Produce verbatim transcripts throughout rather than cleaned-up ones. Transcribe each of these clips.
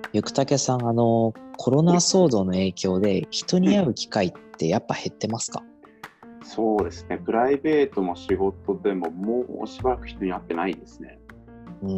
ゆくたけさん、あの、コロナ騒動の影響で人に会う機会ってやっぱ減ってますか？ そうですね。プライベートも仕事でももうしばらく人に会ってないですね。 うん、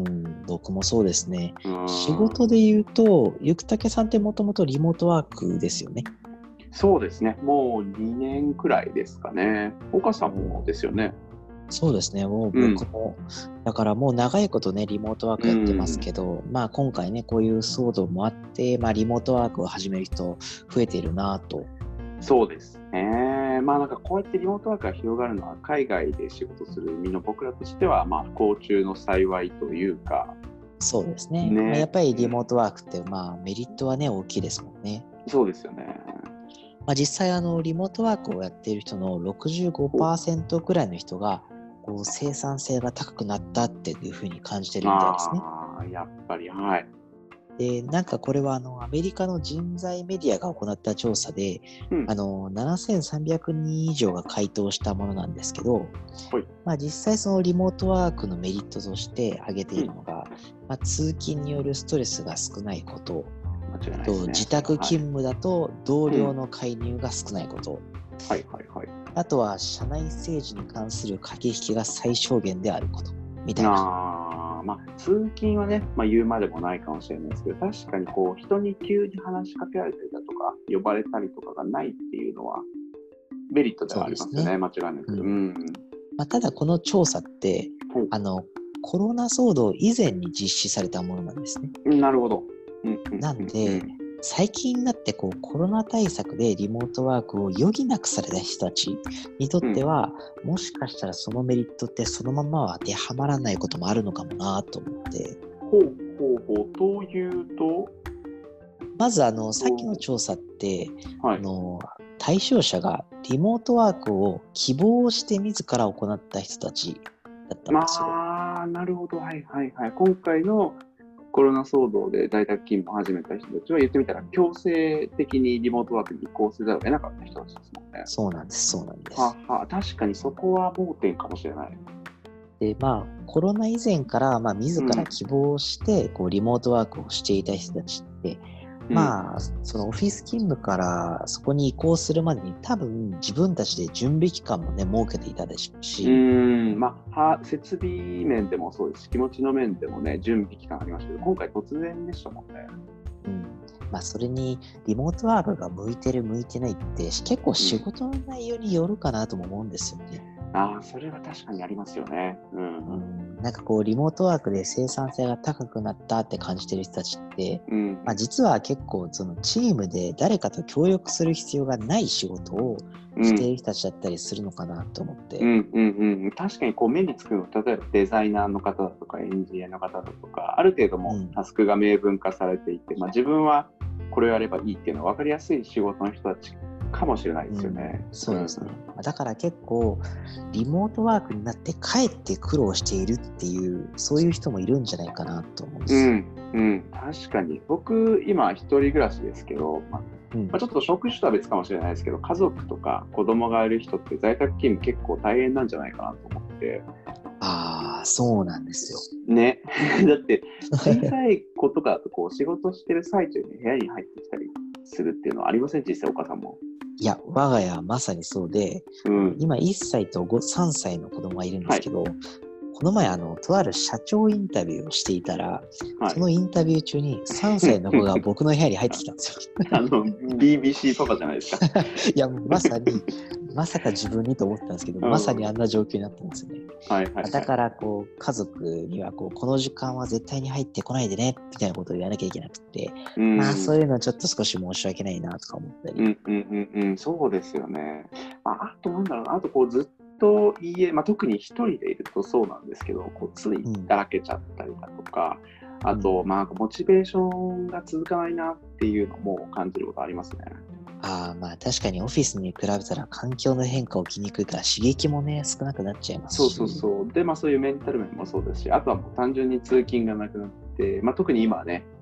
僕もそうですね。 うー仕ん。 事で言うと、ゆくたけさんってもともとリモートワークですよね。 そうですね。もうにねんくらいですかね。岡さんもですよね。 そうですね。もううん。 僕も、だからもう長いことね、リモートワーうクやってますん。 けど、まあ今回ね、こういう騒動もあって、まあリモートワークを始める人増えているなと。 そうですね。まあなんかこうやってリモートワークが広がるのは海外で仕事する身の僕らとしてはまあ不幸中の幸いというかそうですね。まあ、やね。 っぱりリモーうん。 トワークってまあメリットはね、大きいですもんね。 そうですよね。 まあ、実際あのリモートワークをやっている人のお、 ろくじゅうごパーセントくらいの人がこう生産性が高くなったっていうふうに感じてるみたいですね。 ああ、やっぱり、はい。 で、なんかこれはあのアメリカの人材メディアが行った調査で、 うん。 あのななせんさんびゃくにん以上が回答したものなんですけど、 はい。 まあ、実際そのリモートワークのメリットとして挙げてうん。 いるのが、まあ、通勤によるストレスが少ないこと、 間違いあないですね。 と自それは、はい。 宅勤務だと同うん。 僚の介入が少ないこと、 はいはいはい。 あとは社内政治に関する駆け引きが最小限であることみたいな。 あーまあ、通勤はね、まあ、言うまでもないかもしれないですけど、確かにこう人に急に話しかけられたりだとか、呼ばれたりとかがないっていうのはメリットでそうはあですね。 りますよね、間違いなく。ううん。 ん。 まあ、ただこの調査ってあのコロナ騒動以前に実施されたものなんですね。 うん、なるほど。うんうんなんでうんうん。 最近になってこうコロナ対策でリモートワークを余儀なくされた人たちにとっては、もしかしたらそのメリットってそのままは当てはまらないこともあるのかもなと思って、 ほうほうほう。というと、 まずあのさっきのと調査ってはい。 あの対象者がリモートワークを希望して自ら行った人たちだったんですよ。 まあ、なるほど。はいはいはい。今回のコロナ騒動で在宅勤務を始めた人たちは言ってみたら強制的にリモートワークに移行せざるを得なかった人たちですもんね。 そうなんです、そうなんではす。 は、確かにそこは盲点かもしれない。 で、まあ、コロナ以前から、まあ、自うん、 ら希望して、こう、リモートワークをしていた人たちって、 うん、 まあ、そのオフィス勤務からそこに移行するまでに多分自分たちで準備期間もね、設けていたでしょううーし、 ん、まあ、は設備面でもそうですし、気持ちの面でもね、準備期間ありましたけど、今回突然でしたもんね。 うん。まあ、それに、リモートワークが向いてる、向いてないって、結構うん。 仕事の内容によるかなとも思うんですよね。 ああ、それは確かにありますよね。ううん、 ん、なんかこうリモートワークで生産性が高くなったって感じてる人たちって、 うん、 まあ、実は結構そのチームで誰かと協力する必要がない仕事をうん、 している人たちだったりするのかなと思って。 うん、うん、うん。確かにこう目につくの、例えばデザイナーの方だとか、エンジニアの方だとか、ある程度もうん、 タスクが明文化されていて、まあ、自分はこれをやればいいっていうのは分かりやすい仕事の人たちかもしれないでうん、 すよね。 そうですね。だから結構リモートワークになってかえって苦労しているっていうそういう人もいるんじゃないかなと思うんです。 うん、うん、確かに。僕、今、一人暮らしですけど、まあうん、 まあ、ちょっと職種とは別かもしれないですけど、家族とか子供がいる人って在宅勤務結構大変なんじゃないかなと思って。 ああ、そうなんですよ。 ね。だって、小さい子とかだとこう仕事してる最中に部屋に入ってきたりするっていうのはありません？実際、お母さんも。 いや、我が家はまさにそうで、 うん。 今いっさいとごさんさいの子供がいるんではい。 すけど、この前あの、とある社長インタビューをしていたら、 はい。 そのインタビュー中にさんさいの子が僕の部屋に入ってきたんですよ。 あの、ビービーシー パパじゃないですか。 いや、まさに、まさか自分にと思ったんですけど、 うん。 まさはいにあんな状況になったんですよね。 はいはい。 だからこう家族にはこうこの時間は絶対に入ってこないでねみたいなことを言わなきゃいけなくて、 うまあそうん。 いうのちょっと少し申し訳ないなとか思ったり。 うんうんうんうん、そうですよね。まあ、あとなんだろうな、あとこうずっと家、まあ、特に一人でいるとそうなんですけど、こうついうん、 だらけちゃったりだとか、あうん。 と、まあ、モチベーションが続かないなっていうのも感じることありますね。 ああ、まあ確かにオフィスに比べたら環境の変化起きにくいから刺激もね少なくなっちゃいますそうそうし。 そう。で、まあそういうメンタル面もそうですし、あとはもう単純に通勤がなくなって、まあ特に今はね、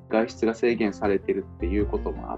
外出が制限されてるっていうこともあって、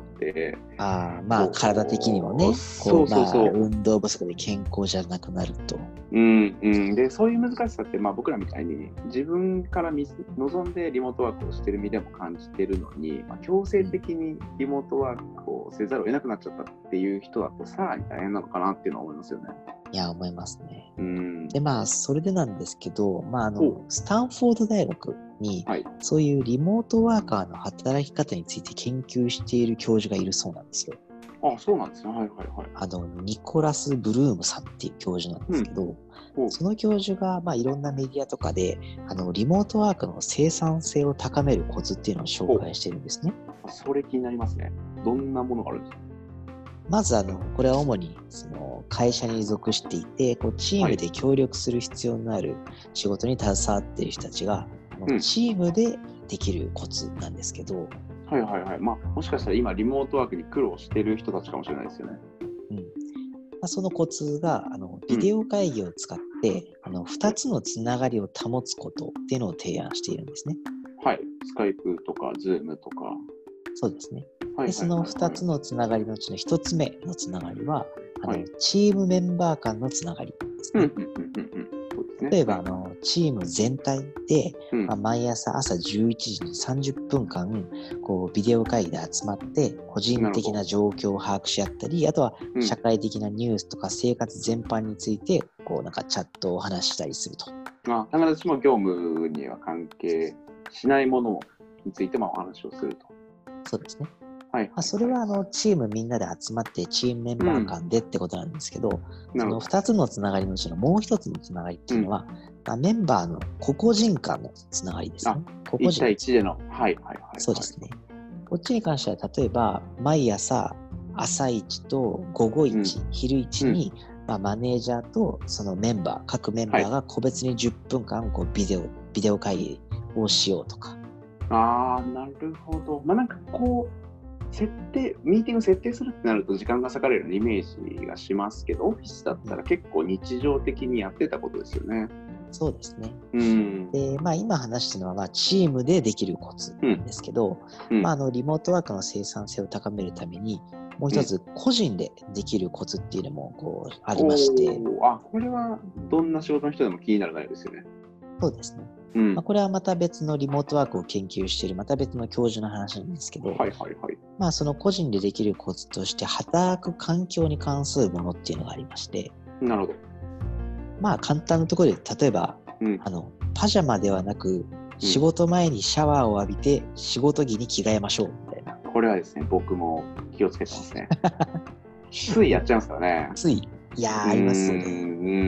ああ、まあ体的にもね、 そうそうそう、 まあ、運動不足で健康じゃなくなると。 うんうん、でそういう難しさって、まあ、僕らみたいに自分から望んでリモートワークをしてる身でも感じてるのに、まあ、強制的にリモートワークをせざるを得なくなっちゃったっていう人はこうさらに大変なのかなっていうのは思いますよね。 いや、思いますね。 うん、 で、まあ、それでなんですけど、まあ、あの、スタンフォード大学に、はい、そういうリモートワーカーの働き方について研究している教授がいるそうなんですよ。 あ、そうなんですね。はいはいはい。 あの、ニコラス・ブルームさんっていう教授なんですけど、うん、その教授が、まあ、いろんなメディアとかで、あの、リモートワークの生産性を高めるコツっていうのを紹介してるんですね。 それ気になりますね。どんなものがあるんですか？ まずあの、これは主にその会社に属していて、こうチームで協力する必要のある仕事に携わっている人たちが、はい、チームでできるコツなんですけど、 はいはいはい。まあ、もしかしたら今リモートワークに苦労している人たちかもしれないですよね。 うん。まあ、そのコツが、あの、ビデオ会議を使って、うん、あの、ふたつのつながりを保つことっていうのを提案しているんですね。 はい。スカイプとか、ズームとか。 そうですね。で、そのふたつのつながりのうちのひとつめのつながりは、あの、はい、チームメンバー間のつながりですね。例えば、あの、チーム全体で、うん、まあ、毎朝朝じゅういちじにさんじゅっぷんかん、こう、ビデオ会議で集まって、個人的な状況を把握し合ったり、あとは社会的なニュースとか生活全般について、こう、なんかチャットを話したりすると。 あ、必ずしも業務には関係しないものについてもお話をすると。 そうですね。 はい、 まあ、それはあのチームみんなで集まってチームメンバー間でってことなんですけど、うん、そのふたつのつながりのうちのもうひとつのつながりっていうのは、うん、まあ、メンバーの個々人間のつながりですね。個々人。 いち対いちでの。はいはいはい、はい。 そうですね。こっちに関しては例えば毎朝朝一と午後一、うん、昼一に、うん、まあ、マネージャーとそのメンバー、各メンバーが個別にじゅっぷんかんこうビデオ、ビデオ会議をしようとか。 ああ、なるほど。まあなんかこう、設定、ミーティング設定するってなると時間が割かれるようなイメージがしますけど、オフィスだったら結構日常的にやってたことですよね。 そうですね。 うん、 で、まあ、今話してるのは、まあ、チームでできるコツなんですけど、うん、まあ、あのリモートワークの生産性を高めるために、もう一つ個人でできるコツっていうのもこうありまして。 あ、これはどんな仕事の人でも気になる内容ですよね。 そうですね。うん、まあ、これはまた別のリモートワークを研究しているまた別の教授の話なんですけど、 はいはいはい、 まあ、その個人でできるコツとして働く環境に関するものっていうのがありまして、 なるほど。 まあ簡単なところで例えば、うん、あのパジャマではなく仕事前にシャワーを浴びて仕事着に着替えましょうみたいな。 これはですね、僕も気をつけてますね。ついやっちゃいますからね。 つい。いやー、ありますよね。 うん、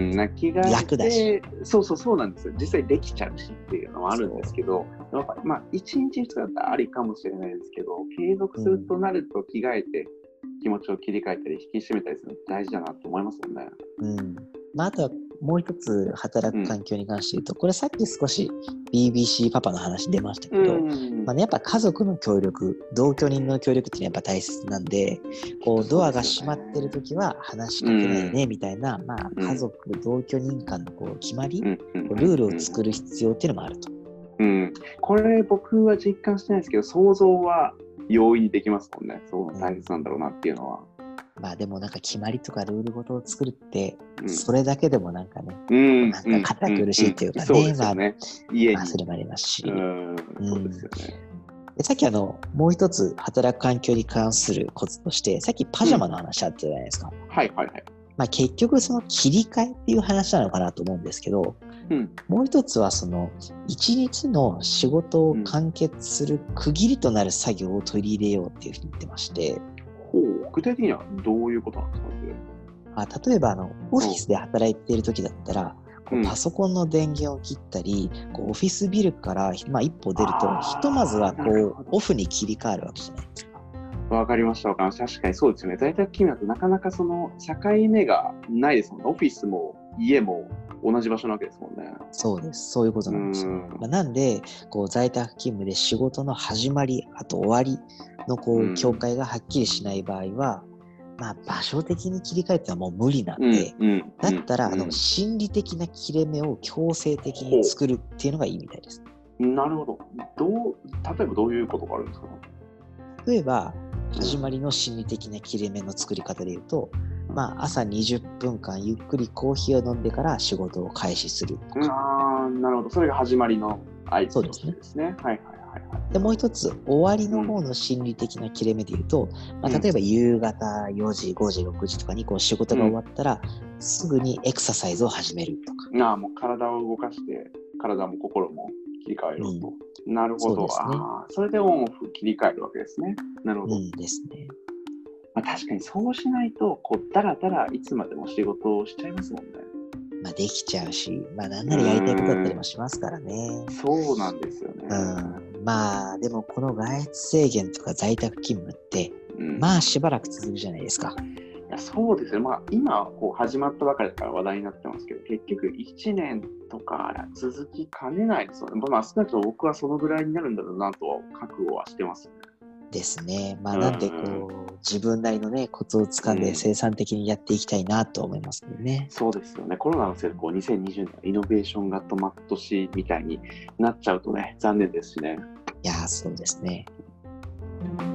な着替えて楽だし。 そうそうそうなんですよ。実際できちゃうしっていうのはあるんですけど、やっぱまあいちにちふつかだったらありかもしれないですけど、継続するとなると着替えて気持ちを切り替えたり引き締めたりするの大事だなと思いますよね。 うん。まあ、あとはもう一つ働く環境に関して言うと、うん、これさっき少し ビービーシー パパの話出ましたけど、まあね、やっぱ家族の協力、同居人の協力っていうのはやっぱ大切なんで、こうドアが閉まってるときは話しかけないねみたいな、うん、まあ家族、同居人間のこう決まり、うん、こうルールを作る必要っていうのもあると。 うん、これ僕は実感してないですけど、想像は容易にできますもんね。そう大切なんだろうなっていうのは。 まあでもなんか決まりとかルールごとを作るって、うん、それだけでもなんかね、 うん、 なんか堅苦しいっていうかね、 うんうんうん、まあ、 ね、 家に、 まあそれもありますし、 うんそうですよね。 でさっきあのもう一つ働く環境に関するコツとして、さっきパジャマの話あったじゃないですか。 うん、はいはいはい。 まあ結局その切り替えっていう話なのかなと思うんですけど、うん、もう一つはその一日の仕事を完結する区切りとなる作業を取り入れようっていうふうに言ってまして。 具体的にはどういうことなんですか？ あ例えばあのオフィスで働いている時だったら、こうパソコンの電源を切ったり、こうオフィスビルから、まあ、一歩出るとひとまずはこうオフに切り替わるわけじゃないですか。 わかりましたわかりました。確かにそうですよね。在宅勤務だとなかなかその境目がないですもんね。オフィスも家も同じ場所なわけですもんね。 そうです。そういうことなんですよ。まあ、なんでこう在宅勤務で仕事の始まり、あと終わりのこう境界がはっきりしない場合は、まあ、場所的に切り替えてはもう無理なんで、うんうん、だったら、うん、あの心理的な切れ目を強制的に作るっていうのがいいみたいです。 なるほど。どう、例えばどういうことがあるんですか？ 例えば、始まりの心理的な切れ目の作り方で言うと、まあ、朝にじゅっぷんかんゆっくりコーヒーを飲んでから仕事を開始するとか。 ああ、なるほど。それが始まりの合図としてそうですね。はいはいはいはい。 で、もう一つ、終わりの方の心理的な切れ目で言うと、まあ、例えば夕方よじ、ごじ、ろくじとかにこう仕事が終わったら、すぐにエクササイズを始めるとか。 ああ、もう体を動かして、体も心も切り替えようと。 うん、 なるほど。 そうですね。 ああ、それでオンオフ切り替えるわけですね。なるほど。 うんですね。 まあ、確かにそうしないと、こう、だらだらいつまでも仕事をしちゃいますもんね。 まあ、できちゃうし、まあ、なんならやりたいことだったりもしますからね。 そうなんですよね。 うん、まあ、でもこの外出制限とか在宅勤務って、 うん、 まあしばらく続くじゃないですか。 いやそうですね。まあ、今こう始まったばかりだから話題になってますけど、結局いちねんとか続きかねないですよね。まあ、少なくとも僕はそのぐらいになるんだろうなとは覚悟はしてますね。 ですね。まあ、なんでこう、自分なりのね、コツをつかんで生産的にやっていきたいなと思いますね。 うん、そうですよね。コロナのせいでこうにせんにじゅうねんイノベーションが止まった年みたいになっちゃうとね、残念ですしね。 いやー、そうですね。